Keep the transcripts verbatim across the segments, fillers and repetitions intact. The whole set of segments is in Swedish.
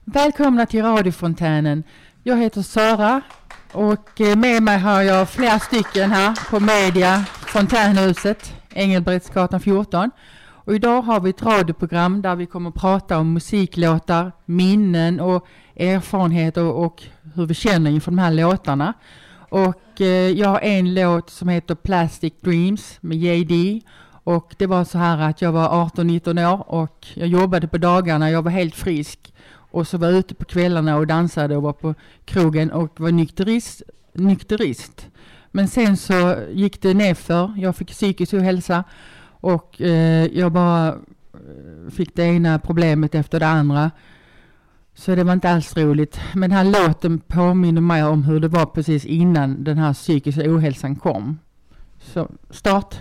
Välkomna till radiofontänen. Jag heter Sara och med mig har jag flera stycken här på Media Fontänhuset, Engelbrektsgatan fjorton. Och idag har vi ett radioprogram där vi kommer att prata om musiklåtar, minnen och erfarenheter och hur vi känner inför de här låtarna. Och eh, jag har en låt som heter Plastic Dreams med J D. Och det var så här att jag var arton nitton år och jag jobbade på dagarna, jag var helt frisk. Och så var jag ute på kvällarna och dansade och var på krogen och var nykterist. nykterist. Men sen så gick det nerför, jag fick psykisk ohälsa och eh, jag bara fick det ena problemet efter det andra. Så det var inte alls roligt. Men den här låten påminner mig om hur det var precis innan den här psykiska ohälsan kom. Så start!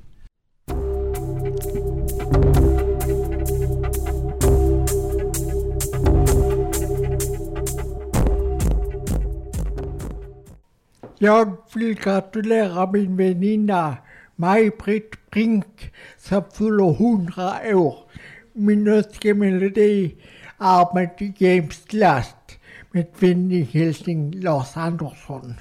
Jag vill gratulera min väninna Maj-Britt Brink som fyller hundra år. Min önskemelodi är med James Last med vänlig hälsning Lars Andersson.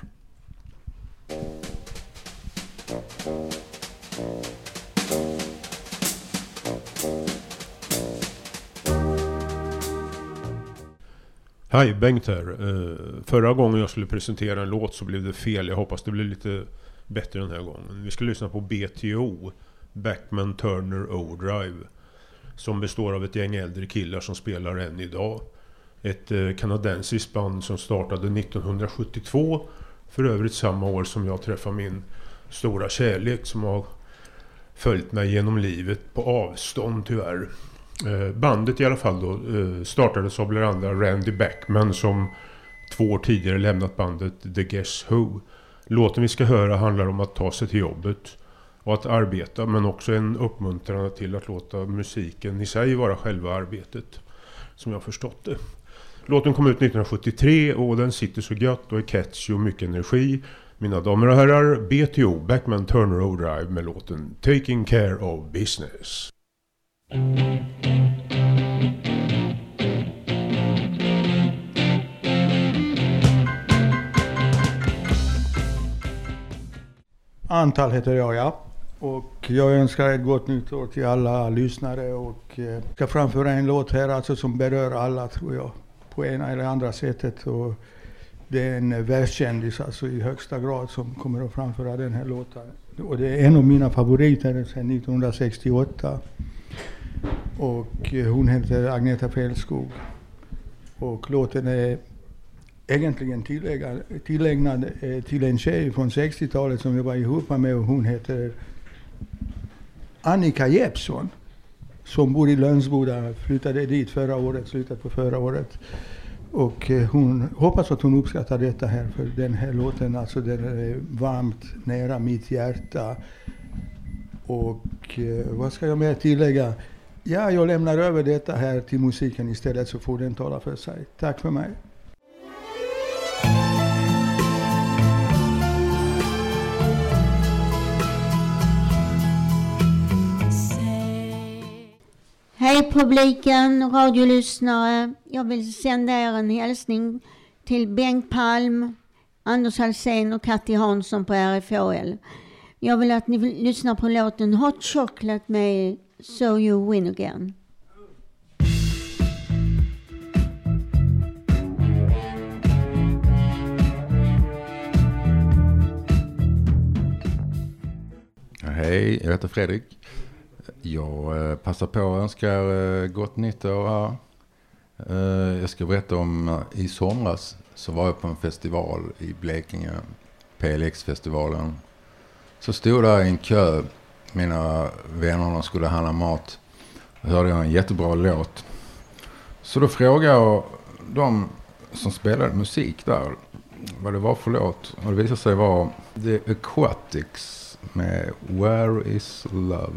Hej, Bengt här. Uh, förra gången jag skulle presentera en låt så blev det fel. Jag hoppas det blir lite bättre den här gången. Vi ska lyssna på B T O, Bachman Turner Overdrive, som består av ett gäng äldre killar som spelar än idag. Ett uh, kanadensiskt band som startade nittonhundrasjuttiotvå, för övrigt samma år som jag träffade min stora kärlek som har följt mig genom livet på avstånd tyvärr. Eh, bandet i alla fall då eh, startades av bland andra Randy Bachman som två år tidigare lämnat bandet The Guess Who. Låten vi ska höra handlar om att ta sig till jobbet och att arbeta, men också en uppmuntran till att låta musiken i sig vara själva arbetet, som jag förstått det. Låten kom ut nittonhundrasjuttiotre och den sitter så gött och är catchy och mycket energi. Mina damer och herrar, B T O, Bachman Turner Overdrive med låten Taking Care of Business. Antal heter jag, ja. Och jag önskar ett gott nytt år till alla lyssnare och eh, ska framföra en låt här alltså som berör alla, tror jag, på ena eller andra sättet. Och det är en världskändis alltså i högsta grad som kommer att framföra den här låten. Och det är en av mina favoriter sedan nittonhundrasextioåtta. Och eh, hon heter Agneta Fältskog. Och låten är egentligen tillägnad, tillägnad eh, till en tjej från sextiotalet som jag var ihop med, och hon heter Annika Jeppsson som bor i Lönsboda, flyttade dit förra året, slutet på förra året. Och eh, hon hoppas att hon uppskattar detta här, för den här låten, alltså den är varmt nära mitt hjärta. Och eh, vad ska jag mer tillägga? Ja, jag lämnar över detta här till musiken istället, så får den tala för sig. Tack för mig. Hej publiken, radiolyssnare. Jag vill sända er en hälsning till Bengt Palm, Anders Halsén och Katti Hansson på R F H L. Jag vill att ni lyssnar på låten Hot Chocolate med So You Win Again. Hej, jag heter Fredrik. Jag eh, passar på att önska eh, gott nytt år här. Eh, jag ska berätta om eh, i somras så var jag på en festival i Blekinge, P L X-festivalen. Så stod där i en kö, mina vänner skulle handla mat. Då hörde jag en jättebra låt. Så då frågade jag de som spelade musik där vad det var för låt. Och det visade sig vara The Aquatics med Where is Love.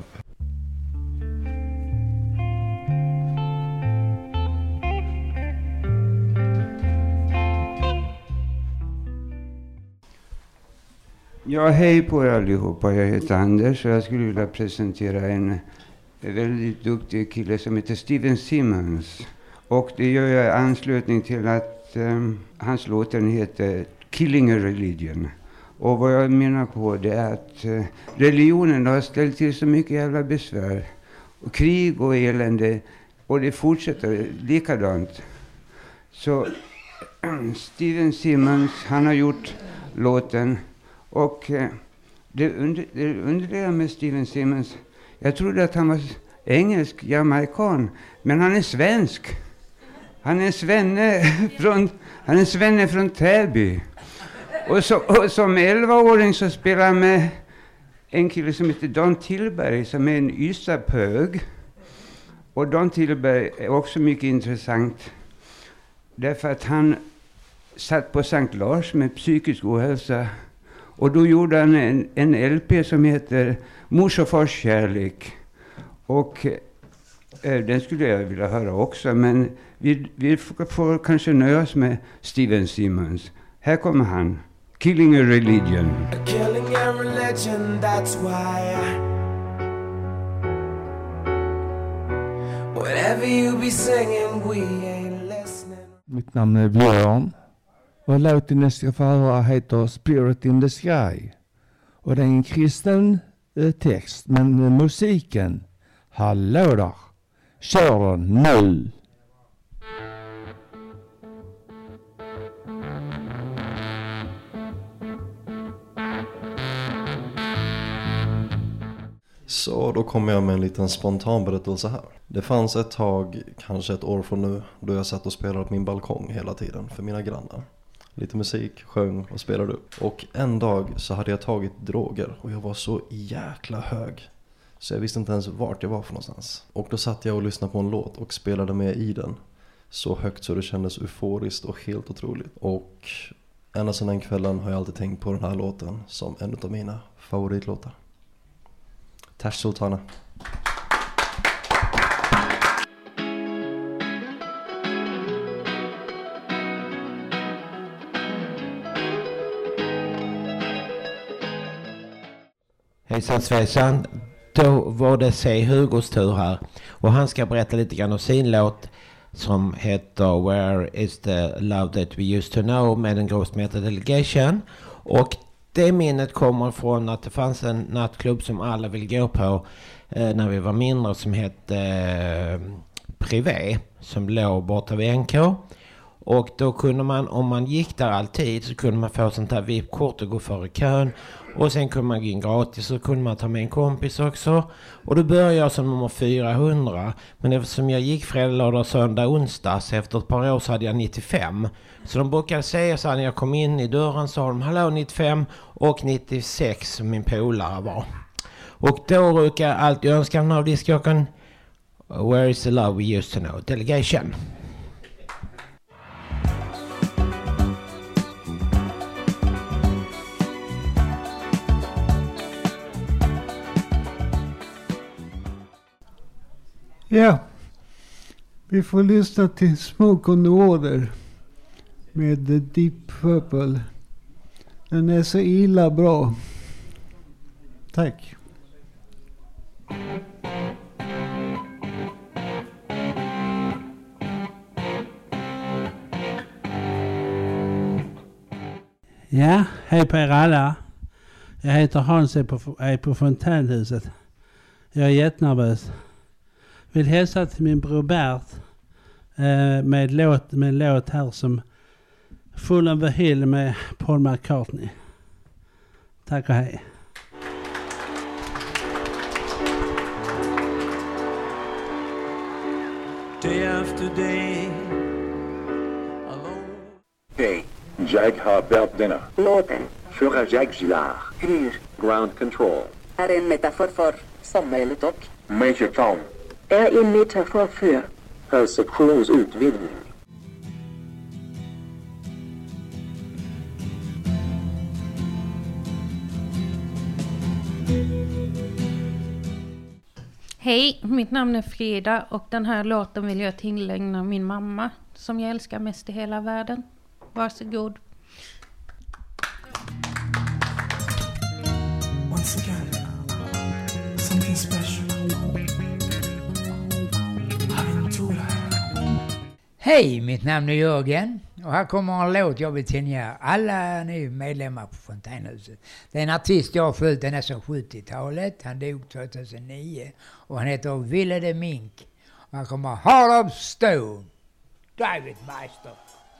Ja, hej på er allihopa. Jag heter Anders och jag skulle vilja presentera en väldigt duktig kille som heter Steven Simmons. Och det gör jag i anslutning till att um, hans låten heter Killing a Religion. Och vad jag menar på det är att uh, religionen har ställt till så mycket jävla besvär. Och krig och elände. Och det fortsätter likadant. Så Steven Simmons, han har gjort låten. Och uh, det, under, det underliga med Steven Simmons, jag trodde att han var engelsk, jamaikan. Men han är svensk. Han är svenne från, han är svenne från Täby. Och, så, och som elvaåring så spelar han med en kille som heter Don Tillberg, som är en ysapög. Och Don Tillberg är också mycket intressant. Därför att han satt på Sankt Lars med psykisk ohälsa. Och då gjorde han en, en L P som heter Mors och fars kärlek. Och eh, den skulle jag vilja höra också. Men vi, vi får, får kanske nöja oss med Steven Simmons. Här kommer han. Killing a Religion. Killing a religion, that's why whatever you be singing, we ain't listening. Mitt namn är Björn. Och låten jag ska få höra heter Spirit in the Sky. Och det är en kristen eh, text. Men eh, musiken, hallå där. Kör den nu. Så då kommer jag med en liten spontan berättelse här. Det fanns ett tag, kanske ett år från nu, då jag satt och spelade på min balkong hela tiden för mina grannar. Lite musik, sjöng och spelade upp. Och en dag så hade jag tagit droger och jag var så jäkla hög. Så jag visste inte ens vart jag var för någonstans. Och då satt jag och lyssnade på en låt och spelade med i den. Så högt så det kändes euforiskt och helt otroligt. Och ända sedan den kvällen har jag alltid tänkt på den här låten som en av mina favoritlåtar. Tash Sultana. Hejsan svejsan. Då var det C. Hugos tur här. Och han ska berätta lite grann om sin låt som heter Where is the love that we used to know med en grupp som heter Delegation. Och det minnet kommer från att det fanns en nattklubb som alla vill gå på eh, när vi var mindre som hette eh, Privé, som låg borta vid N K. Och då kunde man, om man gick där alltid, så kunde man få sånt här V I P-kort och gå före kön. Och sen kunde man gå in gratis, så kunde man ta med en kompis också. Och då började jag som nummer fyrahundra. Men eftersom jag gick fredag, lördag, söndag, onsdag, så efter ett par år så hade jag nittiofem. Så de brukade säga så här när jag kom in i dörren, så sa de hallå nittiofem och nittiosex som min polare var. Och då brukar jag alltid önska den av diskjocken Where is the love we used to know? Delegation. Ja, vi får lyssna till Smoke on the Water med The Deep Purple. Den är så illa bra. Tack. Ja, hej på er alla. Jag heter Hans, är på, är på Fontänhuset. Jag är jättenervös. Vill hälsa till min bror Bert eh, med, låt, med en låt här som Full of the Hill med Paul McCartney. Tack och hej. Day after day. Hej, jag har valt denna. Låten. Föra jag gillar. Hur. Ground control. Är en metafor för samhället och Major Tom. är en metafor för perceptionsutvidgning. Hej, mitt namn är Frida och den här låten vill jag tillägna min mamma som jag älskar mest i hela världen. Varsågod. Once again, something special. Aventura. Hej, mitt namn är Jörgen och här kommer en låt jag vill tillgänga alla ni medlemmar på Fontänhuset. Det är en artist jag har följt, den är så sjuttiotalet, han dog tjugohundranio och han heter Ville de Mink. Och han kommer Heart of Stone, David Meister.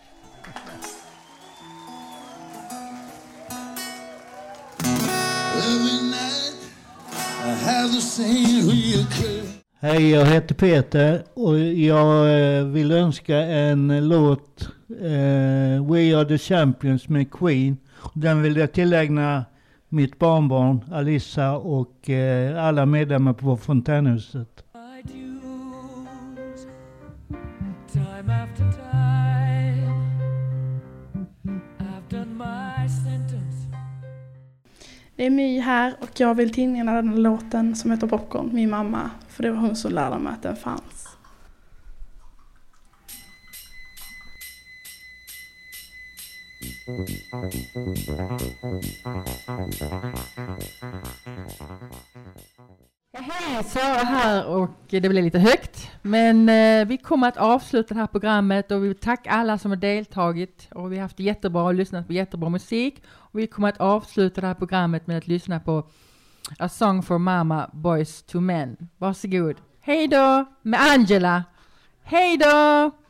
Hej, jag heter Peter och jag vill önska en låt eh, We Are The Champions med Queen. Den vill jag tillägna mitt barnbarn Alissa och eh, alla medlemmar på Fontänhuset. Time after time, I've done my sentence. Det är My här och jag vill tillgänga den låten som heter Popcorn, min mamma. För det var hon som lärde mig att den fanns. Hej, Sara här och det blir lite högt. Men eh, vi kommer att avsluta det här programmet och vi vill tacka alla som har deltagit. Och vi har haft det jättebra och lyssnat på jättebra musik. Och vi kommer att avsluta det här programmet med att lyssna på A Song for Mama, Boys to Men. Varsågod. Hej då med Angela. Hej då!